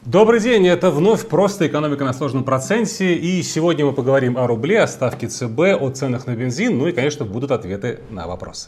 Добрый день, это вновь «Просто экономика на сложном проценте», и сегодня мы поговорим о рубле, о ставке ЦБ, о ценах на бензин, ну и, конечно, будут ответы на вопросы.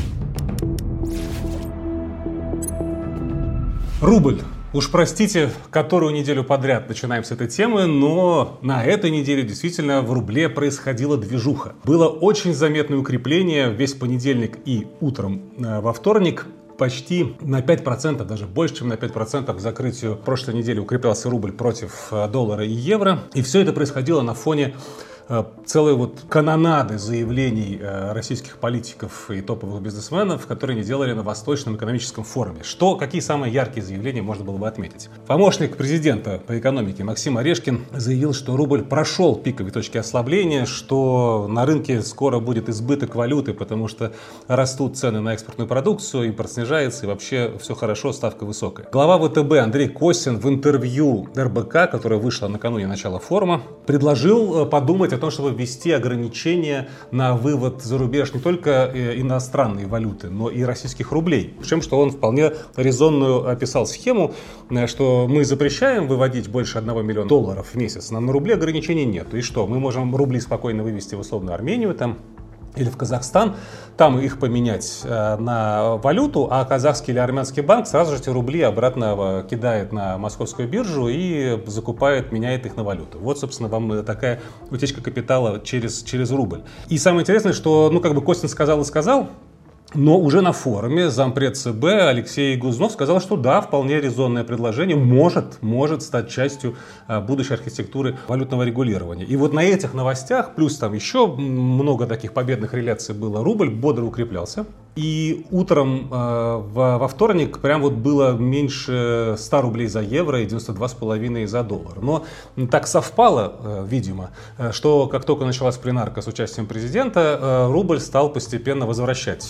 Рубль. Уж простите, которую неделю подряд начинаем с этой темы, но на этой неделе действительно в рубле происходила движуха. Было очень заметное укрепление весь понедельник и утром во вторник. Почти на 5%, даже больше, чем на 5% к закрытию прошлой недели укреплялся рубль против доллара и евро. И все это происходило на фоне целой канонады заявлений российских политиков и топовых бизнесменов, которые они делали на Восточном экономическом форуме. Какие самые яркие заявления можно было бы отметить? Помощник президента по экономике Максим Орешкин заявил, что рубль прошел пиковые точки ослабления, что на рынке скоро будет избыток валюты, потому что растут цены на экспортную продукцию, импорт снижается и вообще все хорошо, ставка высокая. Глава ВТБ Андрей Косин в интервью РБК, которое вышло накануне начала форума, предложил подумать о том, чтобы ввести ограничения на вывод за рубеж не только иностранной валюты, но и российских рублей. Причем, что он вполне резонную описал схему, что мы запрещаем выводить больше $1 миллиона в месяц, нам на рубли ограничений нет. И что, мы можем рубли спокойно вывести в условную Армению или в Казахстан, там их поменять на валюту, а казахский или армянский банк сразу же эти рубли обратно кидает на московскую биржу и закупает, меняет их на валюту. Вот, собственно, вам такая утечка капитала через рубль. И самое интересное, что, Костин сказал и сказал, но уже на форуме зампред ЦБ Алексей Гузнов сказал, что да, вполне резонное предложение может стать частью будущей архитектуры валютного регулирования. И вот на этих новостях, плюс там еще много таких победных реляций было, рубль бодро укреплялся. И утром во вторник прям было меньше 100 рублей за евро и 92,5 за доллар. Но так совпало, видимо, что как только началась пленарка с участием президента, рубль стал постепенно возвращать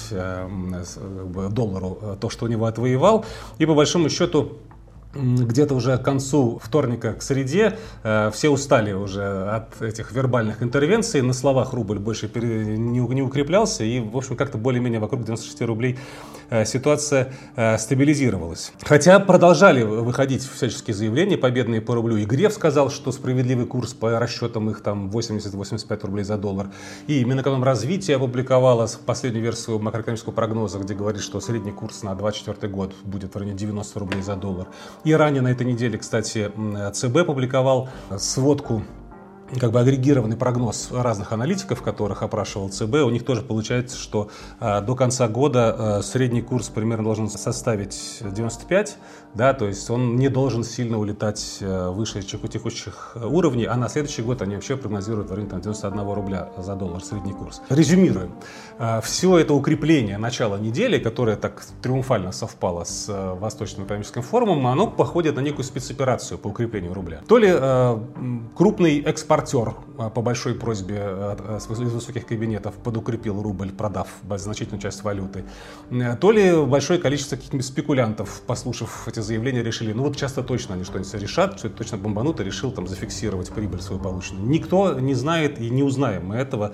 доллару то, что у него отвоевал. И по большому счету где-то уже к концу вторника, к среде, все устали уже от этих вербальных интервенций. На словах рубль больше не укреплялся. И, в общем, как-то более-менее вокруг 96 рублей ситуация стабилизировалась. Хотя продолжали выходить всяческие заявления победные по рублю. И Греф сказал, что справедливый курс по расчетам их 80-85 рублей за доллар. И Минэкономразвитие опубликовало последнюю версию макроэкономического прогноза, где говорит, что средний курс на 2024 год будет в районе 90 рублей за доллар. И ранее на этой неделе, кстати, ЦБ публиковал сводку, агрегированный прогноз разных аналитиков, которых опрашивал ЦБ. У них тоже получается, что до конца года средний курс примерно должен составить 95, да, то есть он не должен сильно улетать выше текущих уровней, а на следующий год они вообще прогнозируют в районе 91 рубля за доллар средний курс. Резюмируем. Все это укрепление начала недели, которое так триумфально совпало с Восточным экономическим форумом, оно походит на некую спецоперацию по укреплению рубля. То ли крупный экспортер по большой просьбе из высоких кабинетов подукрепил рубль, продав значительную часть валюты, то ли большое количество каких-нибудь спекулянтов, послушав эти заявления, решили, часто точно они что-нибудь решат, что это точно бомбанут, и решил зафиксировать прибыль свою полученную. Никто не знает и не узнаем мы этого,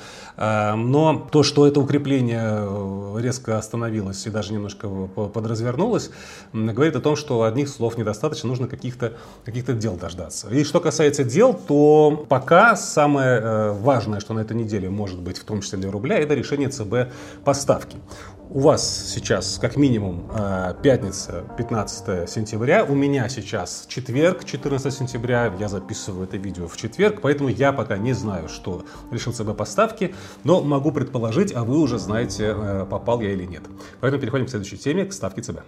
но то, что это укрепление резко остановилось и даже немножко подразвернулось, говорит о том, что одних слов недостаточно, нужно каких-то дел дождаться. И что касается дел, то пока самое важное, что на этой неделе может быть, в том числе для рубля, это решение ЦБ по ставке. У вас сейчас как минимум пятница, 15 сентября, у меня сейчас четверг, 14 сентября, я записываю это видео в четверг, поэтому я пока не знаю, что решил ЦБ по ставке, но могу предположить, а вы уже знаете, попал я или нет. Поэтому переходим к следующей теме, к ставке ЦБ.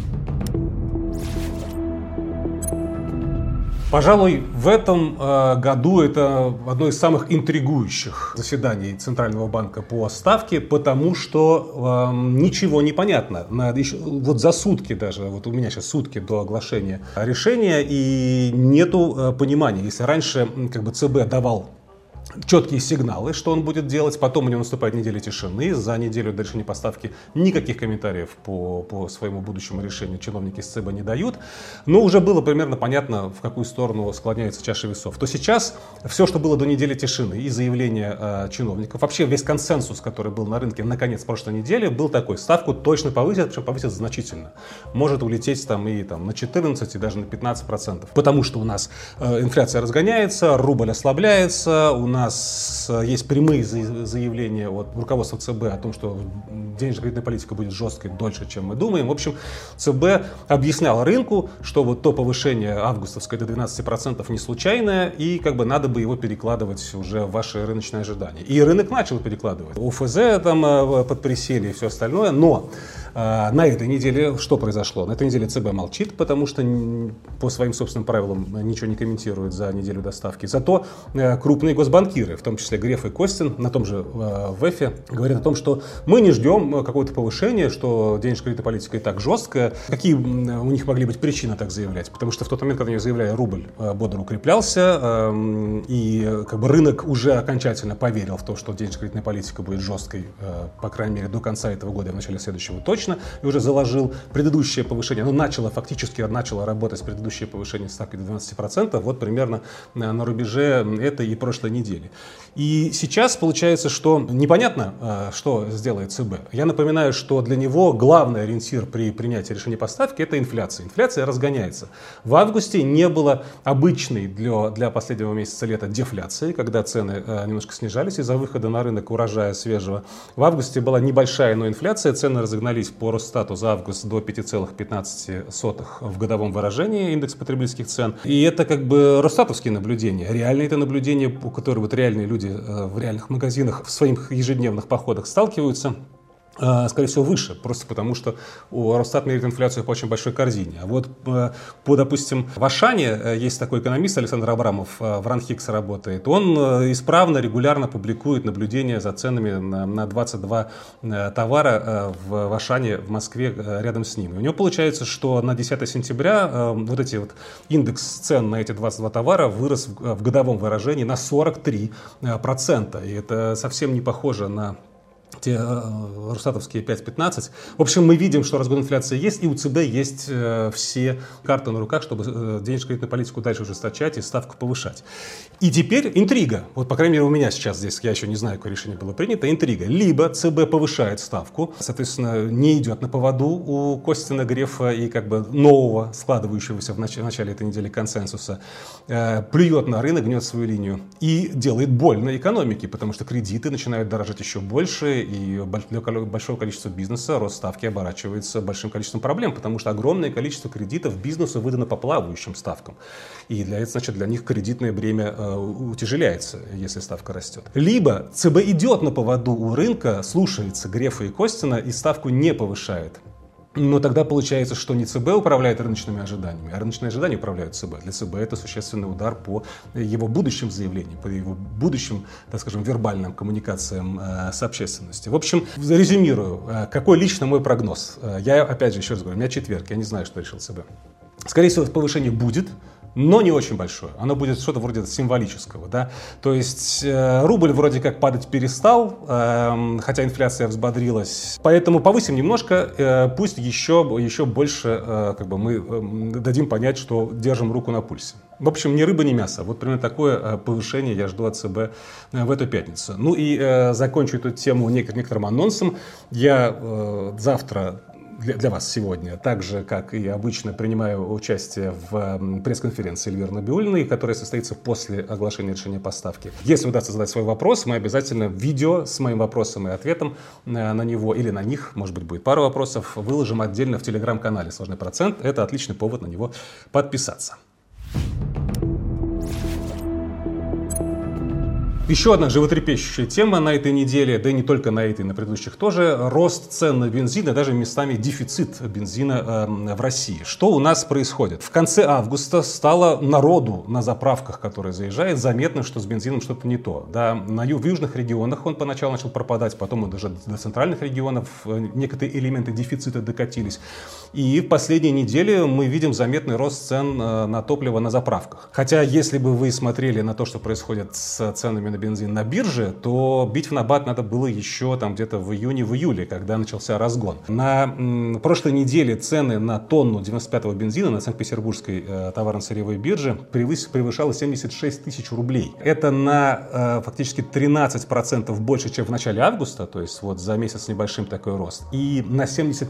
Пожалуй, в этом году это одно из самых интригующих заседаний Центрального банка по ставке, потому что ничего не понятно. За сутки даже, у меня сейчас сутки до оглашения решения, и нету понимания. Если раньше ЦБ давал четкие сигналы, что он будет делать. Потом у него наступает неделя тишины. За неделю до решения поставки никаких комментариев по своему будущему решению чиновники с ЦБ не дают. Но уже было примерно понятно, в какую сторону склоняется чаша весов. То сейчас все, что было до недели тишины и заявления чиновников, вообще весь консенсус, который был на рынке на конец прошлой недели, был такой: ставку точно повысят, причем повысят значительно. Может улететь на 14 и даже на 15%. Потому что у нас инфляция разгоняется, рубль ослабляется, у нас есть прямые заявления от руководства ЦБ о том, что денежно-кредитная политика будет жесткой дольше, чем мы думаем. В общем, ЦБ объяснял рынку, что вот то повышение августовское до 12% не случайное, и надо бы его перекладывать уже в ваши рыночные ожидания. И рынок начал перекладывать. ОФЗ подприсели и все остальное, но на этой неделе что произошло? На этой неделе ЦБ молчит, потому что по своим собственным правилам ничего не комментирует за неделю доставки. Зато крупные госбанкиры, в том числе Греф и Костин, на том же ВЭФе, говорят о том, что мы не ждем какого-то повышения, что денежно-кредитная политика и так жесткая. Какие у них могли быть причины так заявлять? Потому что в тот момент, когда они заявляли, рубль бодро укреплялся, и рынок уже окончательно поверил в то, что денежно-кредитная политика будет жесткой, по крайней мере, до конца этого года и в начале следующего точно, и уже заложил предыдущее повышение. Фактически начало работать с предыдущее повышение ставки до 12%, вот примерно на рубеже этой и прошлой недели. И сейчас получается, что непонятно, что сделает ЦБ. Я напоминаю, что для него главный ориентир при принятии решения по ставке — это инфляция. Инфляция разгоняется. В августе не было обычной для последнего месяца лета дефляции, когда цены немножко снижались из-за выхода на рынок урожая свежего. В августе была небольшая, но инфляция. Цены разогнались по Росстату за август до 5,15 в годовом выражении, индекс потребительских цен. И это росстатовские наблюдения. Реальные это наблюдения, по которым реальные люди в реальных магазинах в своих ежедневных походах сталкиваются, скорее всего, выше, просто потому что Росстат меряет инфляцию по очень большой корзине. А вот допустим, в Ашане есть такой экономист Александр Абрамов, в РАНХИКС работает. Он исправно, регулярно публикует наблюдения за ценами на 22 товара в Ашане, в Москве, рядом с ним. И у него получается, что на 10 сентября индекс цен на эти 22 товара вырос в годовом выражении на 43%. И это совсем не похоже на те росстатовские 5-15. В общем, мы видим, что разгон инфляции есть, и у ЦБ есть все карты на руках, чтобы денежно-кредитную политику дальше ужесточать и ставку повышать. И теперь интрига. Вот, по крайней мере, у меня сейчас здесь, я еще не знаю, какое решение было принято, интрига. Либо ЦБ повышает ставку, соответственно, не идет на поводу у Костина, Грефа и нового, складывающегося в начале этой недели консенсуса, плюет на рынок, гнет свою линию и делает больно экономике, потому что кредиты начинают дорожать еще больше, и для большого количества бизнеса рост ставки оборачивается большим количеством проблем, потому что огромное количество кредитов бизнесу выдано по плавающим ставкам. И для них кредитное бремя утяжеляется, если ставка растет. Либо ЦБ идет на поводу у рынка, слушается Грефа и Костина и ставку не повышает. Но тогда получается, что не ЦБ управляет рыночными ожиданиями, а рыночные ожидания управляют ЦБ. Для ЦБ это существенный удар по его будущим заявлениям, по его будущим, так скажем, вербальным коммуникациям с общественностью. В общем, резюмирую. Какой лично мой прогноз? Я, опять же, еще раз говорю, у меня четверг, я не знаю, что решил ЦБ. Скорее всего, повышение будет, но не очень большое. Оно будет что-то вроде символического. Да? То есть рубль вроде как падать перестал, хотя инфляция взбодрилась. Поэтому повысим немножко, пусть еще больше мы дадим понять, что держим руку на пульсе. В общем, ни рыба, ни мясо. Вот примерно такое повышение я жду от ЦБ в эту пятницу. Ну и закончу эту тему некоторым анонсом. Я завтра для вас сегодня, так же, как и обычно, принимаю участие в пресс-конференции Эльвиры Набиуллиной, которая состоится после оглашения решения по ставке. Если удастся задать свой вопрос, мы обязательно видео с моим вопросом и ответом на него или на них, может быть, будет пару вопросов, выложим отдельно в телеграм-канале «Сложный процент». Это отличный повод на него подписаться. Еще одна животрепещущая тема на этой неделе, да и не только на этой, на предыдущих тоже, рост цен на бензин и даже местами дефицит бензина в России. Что у нас происходит? В конце августа стало народу на заправках, которые заезжают, заметно, что с бензином что-то не то. Да, в южных регионах он поначалу начал пропадать, потом даже до центральных регионов некоторые элементы дефицита докатились. И в последние недели мы видим заметный рост цен на топливо на заправках. Хотя, если бы вы смотрели на то, что происходит с ценами на бензин на бирже, то бить в набат надо было еще там где-то в июне-июле, когда начался разгон. На прошлой неделе цены на тонну 95-го бензина на Санкт-Петербургской товарно-сырьевой бирже превышало 76 тысяч рублей. Это на фактически 13% больше, чем в начале августа, то есть вот за месяц с небольшим такой рост, и на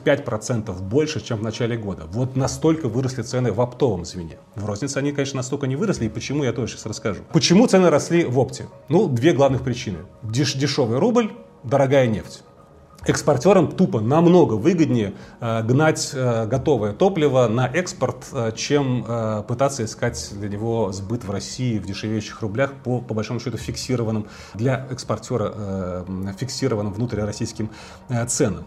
75% больше, чем в начале года. Вот настолько выросли цены в оптовом звене. В рознице они, конечно, настолько не выросли, и почему, я тоже сейчас расскажу. Почему цены росли в опте? Ну, две главных причины. Дешевый рубль, дорогая нефть. Экспортерам тупо намного выгоднее гнать готовое топливо на экспорт, чем пытаться искать для него сбыт в России в дешевеющих рублях по большому счету фиксированным для экспортера фиксированным внутрироссийским ценам.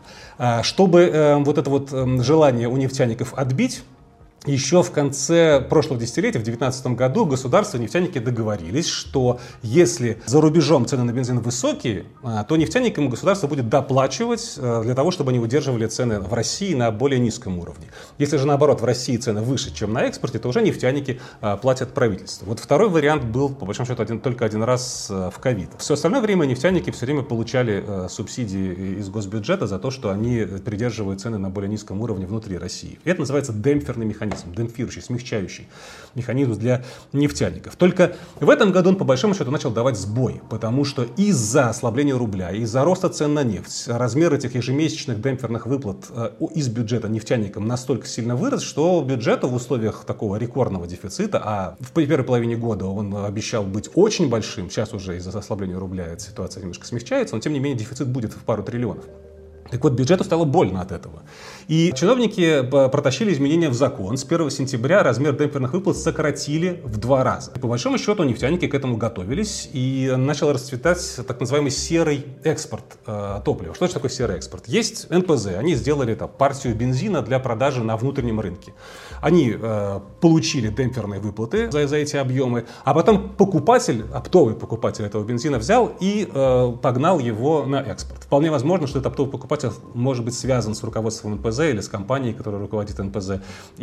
Чтобы вот это вот желание у нефтяников отбить, еще в конце прошлого десятилетия, в 2019 году, государство и нефтяники договорились, что если за рубежом цены на бензин высокие, то нефтяникам государство будет доплачивать для того, чтобы они удерживали цены в России на более низком уровне. Если же наоборот в России цены выше, чем на экспорте, то уже нефтяники платят правительству. Вот второй вариант был, по большому счету, только один раз в ковид. Все остальное время нефтяники все время получали субсидии из госбюджета за то, что они придерживают цены на более низком уровне внутри России. И это называется демпферный механизм. Демпфирующий, смягчающий механизм для нефтяников. Только в этом году он, по большому счету, начал давать сбой, потому что из-за ослабления рубля, из-за роста цен на нефть, размер этих ежемесячных демпферных выплат из бюджета нефтяникам настолько сильно вырос, что бюджету в условиях такого рекордного дефицита, а в первой половине года он обещал быть очень большим, сейчас уже из-за ослабления рубля эта ситуация немножко смягчается, но тем не менее дефицит будет в пару триллионов. Так вот, бюджету стало больно от этого. И чиновники протащили изменения в закон. С 1 сентября размер демпферных выплат сократили в 2 раза. И по большому счету нефтяники к этому готовились, и начал расцветать так называемый серый экспорт топлива. Что же такое серый экспорт? Есть НПЗ, они сделали партию бензина для продажи на внутреннем рынке. Они получили демпферные выплаты за эти объемы, а потом покупатель, оптовый покупатель этого бензина взял и погнал его на экспорт. Вполне возможно, что этот оптовый покупатель может быть связан с руководством НПЗ или с компанией, которая руководит НПЗ,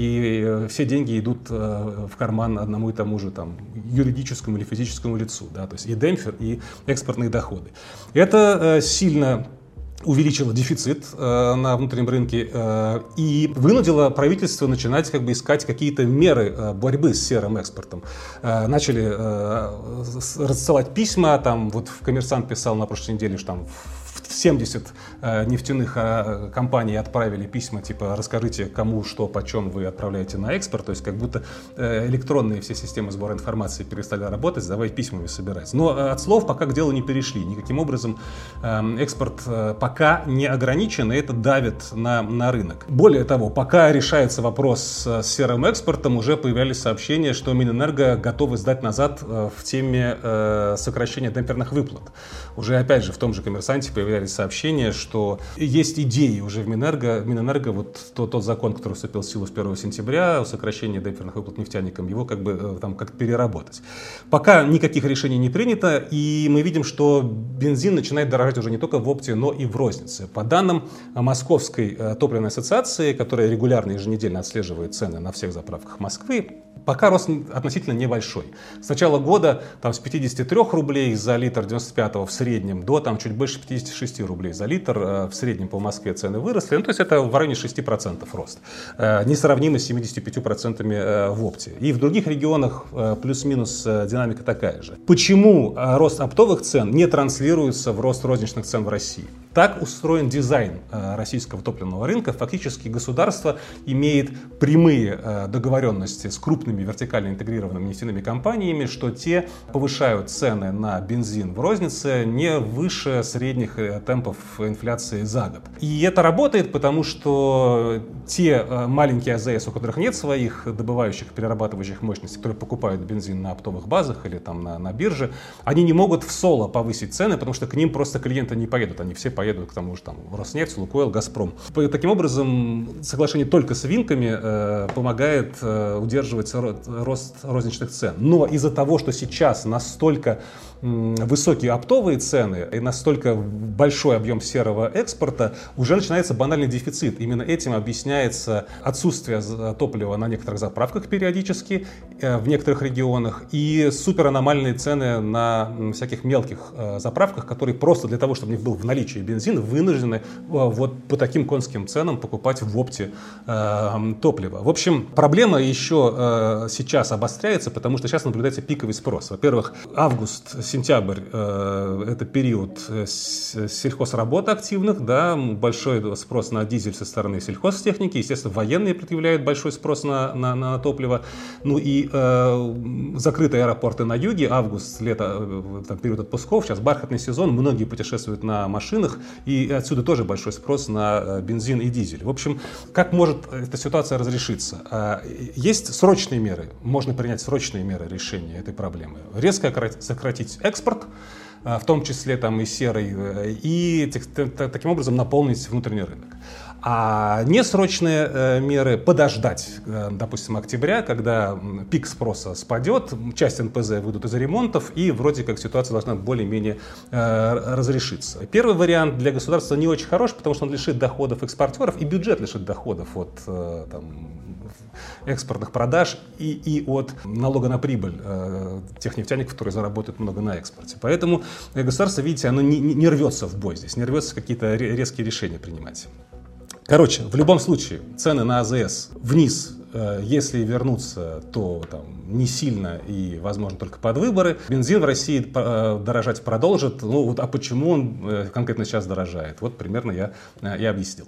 и все деньги идут в карман одному и тому же юридическому или физическому лицу, да, то есть и демпфер, и экспортные доходы. Это сильно увеличило дефицит на внутреннем рынке и вынудило правительство начинать искать какие-то меры борьбы с серым экспортом. Начали рассылать письма, вот «Коммерсант» писал на прошлой неделе, что 70 нефтяных компаний отправили письма, типа расскажите, кому, что, почем вы отправляете на экспорт, то есть как будто электронные все системы сбора информации перестали работать, давай письмами собирать. Но от слов пока к делу не перешли. Никаким образом экспорт пока не ограничен, и это давит на рынок. Более того, пока решается вопрос с серым экспортом, уже появлялись сообщения, что Минэнерго готовы сдать назад в теме сокращения демпферных выплат. Уже опять же в том же «Коммерсанте» появлялись сообщения, что есть идеи уже в Минэнерго, вот тот закон, который вступил в силу с 1 сентября, о сокращении демпферных выплат нефтяникам, его как переработать. Пока никаких решений не принято, и мы видим, что бензин начинает дорожать уже не только в опте, но и в рознице. По данным Московской топливной ассоциации, которая регулярно еженедельно отслеживает цены на всех заправках Москвы, пока рост относительно небольшой. С начала года с 53 рублей за литр 95-го в среднем до чуть больше 56 рублей за литр в среднем по Москве цены выросли. То есть это в районе 6% рост. Несравнимо с 75% в опте. И в других регионах плюс-минус динамика такая же. Почему рост оптовых цен не транслируется в рост розничных цен в России? Так устроен дизайн российского топливного рынка. Фактически государство имеет прямые договоренности с крупными вертикально интегрированными нефтяными компаниями, что те повышают цены на бензин в рознице не выше средних темпов инфляции за год. И это работает, потому что те маленькие АЗС, у которых нет своих добывающих, перерабатывающих мощностей, которые покупают бензин на оптовых базах или на бирже, они не могут в соло повысить цены, потому что к ним просто клиенты не поедут, они все поедут поедут к тому же там Роснефть, Лукойл, Газпром. Таким образом, соглашение только с винками помогает удерживать рост розничных цен. Но из-за того, что сейчас настолько высокие оптовые цены и настолько большой объем серого экспорта, уже начинается банальный дефицит. Именно этим объясняется отсутствие топлива на некоторых заправках периодически в некоторых регионах и супераномальные цены на всяких мелких заправках, которые просто для того, чтобы у них был в наличии бензин, вынуждены вот по таким конским ценам покупать в опте топливо. В общем, проблема еще сейчас обостряется, потому что сейчас наблюдается пиковый спрос. Во-первых, август-сентябрь это период сельхозработ активных, да, большой спрос на дизель со стороны сельхозтехники, естественно, военные предъявляют большой спрос на топливо, ну и закрытые аэропорты на юге, август, лето, там, период отпусков, сейчас бархатный сезон, многие путешествуют на машинах, и отсюда тоже большой спрос на бензин и дизель. В общем, как может эта ситуация разрешиться? Есть срочные меры, можно принять срочные меры решения этой проблемы. Резко сократить экспорт, в том числе там и серый, и таким образом наполнить внутренний рынок. А несрочные меры подождать, допустим, октября, когда пик спроса спадет, часть НПЗ выйдут из ремонтов, и вроде как ситуация должна более-менее разрешиться. Первый вариант для государства не очень хорош, потому что он лишит доходов экспортеров, и бюджет лишит доходов от экспортных продаж и от налога на прибыль тех нефтяников, которые заработают много на экспорте. Поэтому государство, видите, оно не рвется в бой здесь, не рвется какие-то резкие решения принимать. Короче, в любом случае, цены на АЗС вниз, если вернуться, то там, не сильно и, возможно, только под выборы. Бензин в России дорожать продолжит. Ну, вот, а почему он конкретно сейчас дорожает? Вот примерно я и объяснил.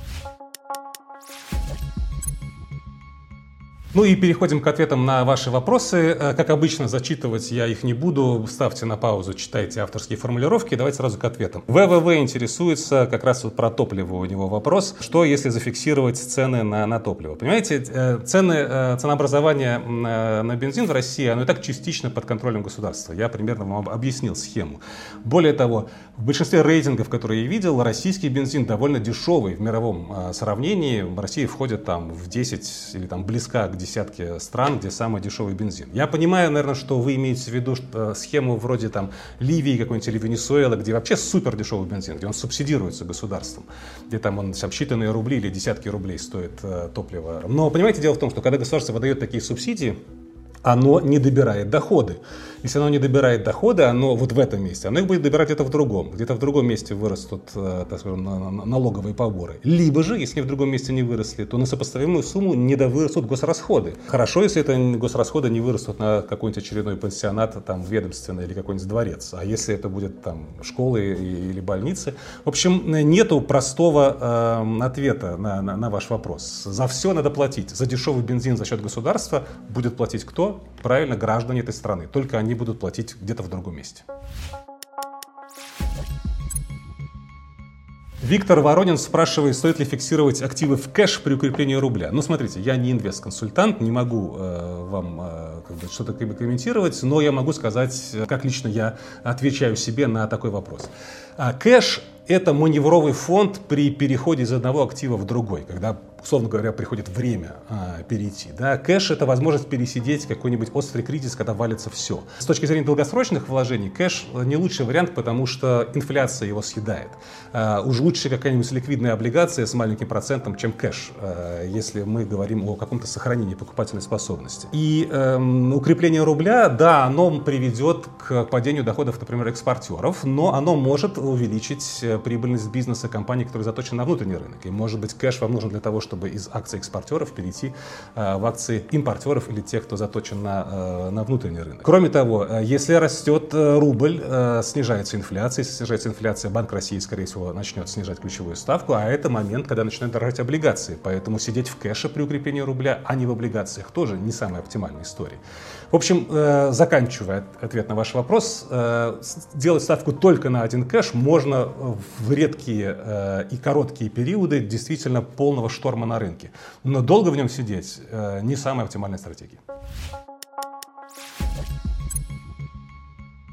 Ну и переходим к ответам на ваши вопросы. Как обычно, зачитывать я их не буду. Ставьте на паузу, читайте авторские формулировки. Давайте сразу к ответам. ВВВ интересуется как раз вот про топливо, у него вопрос. Что, если зафиксировать цены на топливо? Понимаете, ценообразование на бензин в России, оно и так частично под контролем государства. Я примерно вам объяснил схему. Более того, в большинстве рейтингов, которые я видел, российский бензин довольно дешевый в мировом сравнении. Россия входит там в 10 или там близка к десятки стран, где самый дешевый бензин. Я понимаю, наверное, что вы имеете в виду схему вроде там Ливии какой-нибудь или Венесуэлы, где вообще супер дешевый бензин, где он субсидируется государством, где там он там считанные рубли или десятки рублей стоит топливо. Но понимаете, дело в том, что когда государство выдает такие субсидии, оно не добирает доходы. Если оно не добирает доходы, оно вот в этом месте, оно их будет добирать где-то в другом. Где-то в другом месте вырастут, так скажем, налоговые поборы. Либо же, если в другом месте не выросли, то на сопоставимую сумму недовырастут госрасходы. Хорошо, если это госрасходы не вырастут на какой-нибудь очередной пансионат, там, ведомственный или какой-нибудь дворец. А если это будет там школы или больницы. В общем, нету простого ответа на ваш вопрос. За все надо платить. За дешевый бензин за счет государства будет платить кто? Правильно, граждане этой страны. Только они будут платить где-то в другом месте. Виктор Воронин спрашивает, стоит ли фиксировать активы в кэш при укреплении рубля. Ну, смотрите, я не инвестконсультант, не могу вам что-то комментировать, но я могу сказать, как лично я отвечаю себе на такой вопрос. Кэш – это маневровый фонд при переходе из одного актива в другой, когда, условно говоря, приходит время перейти. Да? Кэш – это возможность пересидеть какой-нибудь острый кризис, когда валится все. С точки зрения долгосрочных вложений, кэш не лучший вариант, потому что инфляция его съедает. Уж лучше какая-нибудь ликвидная облигация с маленьким процентом, чем кэш, если мы говорим о каком-то сохранении покупательной способности. И укрепление рубля, да, оно приведет к падению доходов, например, экспортеров, но оно может увеличить прибыльность бизнеса компаний, которые заточены на внутренний рынок. И, может быть, кэш вам нужен для того, чтобы из акций экспортеров перейти в акции импортеров или тех, кто заточен на внутренний рынок. Кроме того, если растет рубль, снижается инфляция. Если снижается инфляция, Банк России, скорее всего, начнет снижать ключевую ставку, а это момент, когда начинают дорожать облигации. Поэтому сидеть в кэше при укреплении рубля, а не в облигациях, тоже не самая оптимальная история. В общем, заканчивая ответ на ваш вопрос, делать ставку только на один кэш можно в редкие и короткие периоды действительно полного шторма на рынке. Но долго в нем сидеть не самая оптимальная стратегия.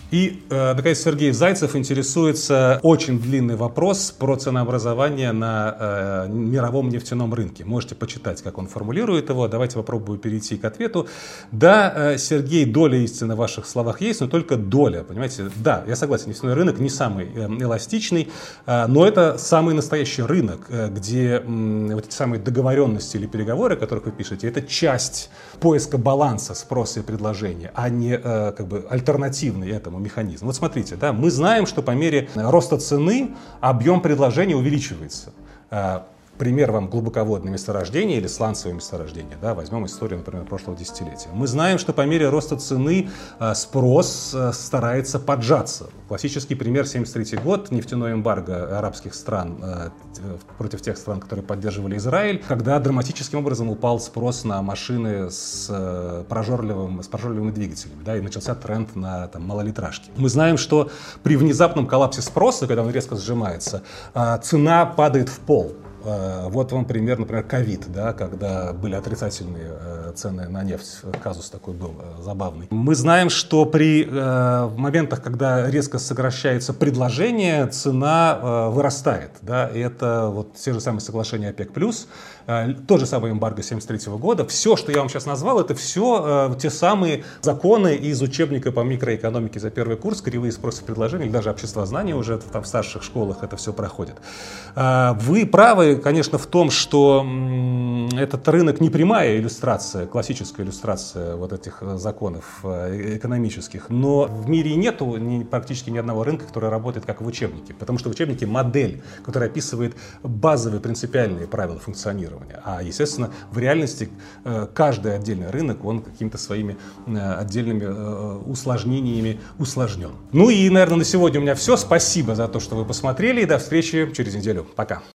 И, наконец, Сергей Зайцев интересуется очень длинный вопрос про ценообразование на мировом нефтяном рынке. Можете почитать, как он формулирует его. Давайте попробую перейти к ответу. Да, Сергей, доля истины в ваших словах есть, но только доля, понимаете? Да, я согласен, нефтяной рынок не самый эластичный, но это самый настоящий рынок, где вот эти самые договоренности или переговоры, о которых вы пишете, это часть поиска баланса спроса и предложения, а не как бы альтернативный этому механизм. Вот смотрите, да, мы знаем, что по мере роста цены объем предложения увеличивается. Пример вам глубоководное месторождение или сланцевое месторождение. Да, возьмем историю, например, прошлого десятилетия. Мы знаем, что по мере роста цены спрос старается поджаться. Классический пример 1973 год, нефтяное эмбарго арабских стран против тех стран, которые поддерживали Израиль, когда драматическим образом упал спрос на машины с прожорливыми двигателями, да, и начался тренд на там, малолитражки. Мы знаем, что при внезапном коллапсе спроса, когда он резко сжимается, цена падает в пол. Вот вам пример, например, ковид, да, когда были отрицательные цены на нефть. Казус такой был забавный. Мы знаем, что при моментах, когда резко сокращается предложение, цена вырастает. Да, и это вот те же самые соглашения ОПЕК+, тот же самый эмбарго 1973 года. Все, что я вам сейчас назвал, это все те самые законы из учебника по микроэкономике за первый курс, кривые спроса и предложения, или даже обществознание уже там, в старших школах это все проходит. Вы правы, конечно, в том, что этот рынок не прямая иллюстрация, классическая иллюстрация вот этих законов экономических, но в мире нету практически ни одного рынка, который работает как в учебнике, потому что в учебнике модель, которая описывает базовые принципиальные правила функционирования, а, естественно, в реальности каждый отдельный рынок, он какими-то своими отдельными усложнениями усложнен. Ну и, наверное, на сегодня у меня все. Спасибо за то, что вы посмотрели, и до встречи через неделю. Пока.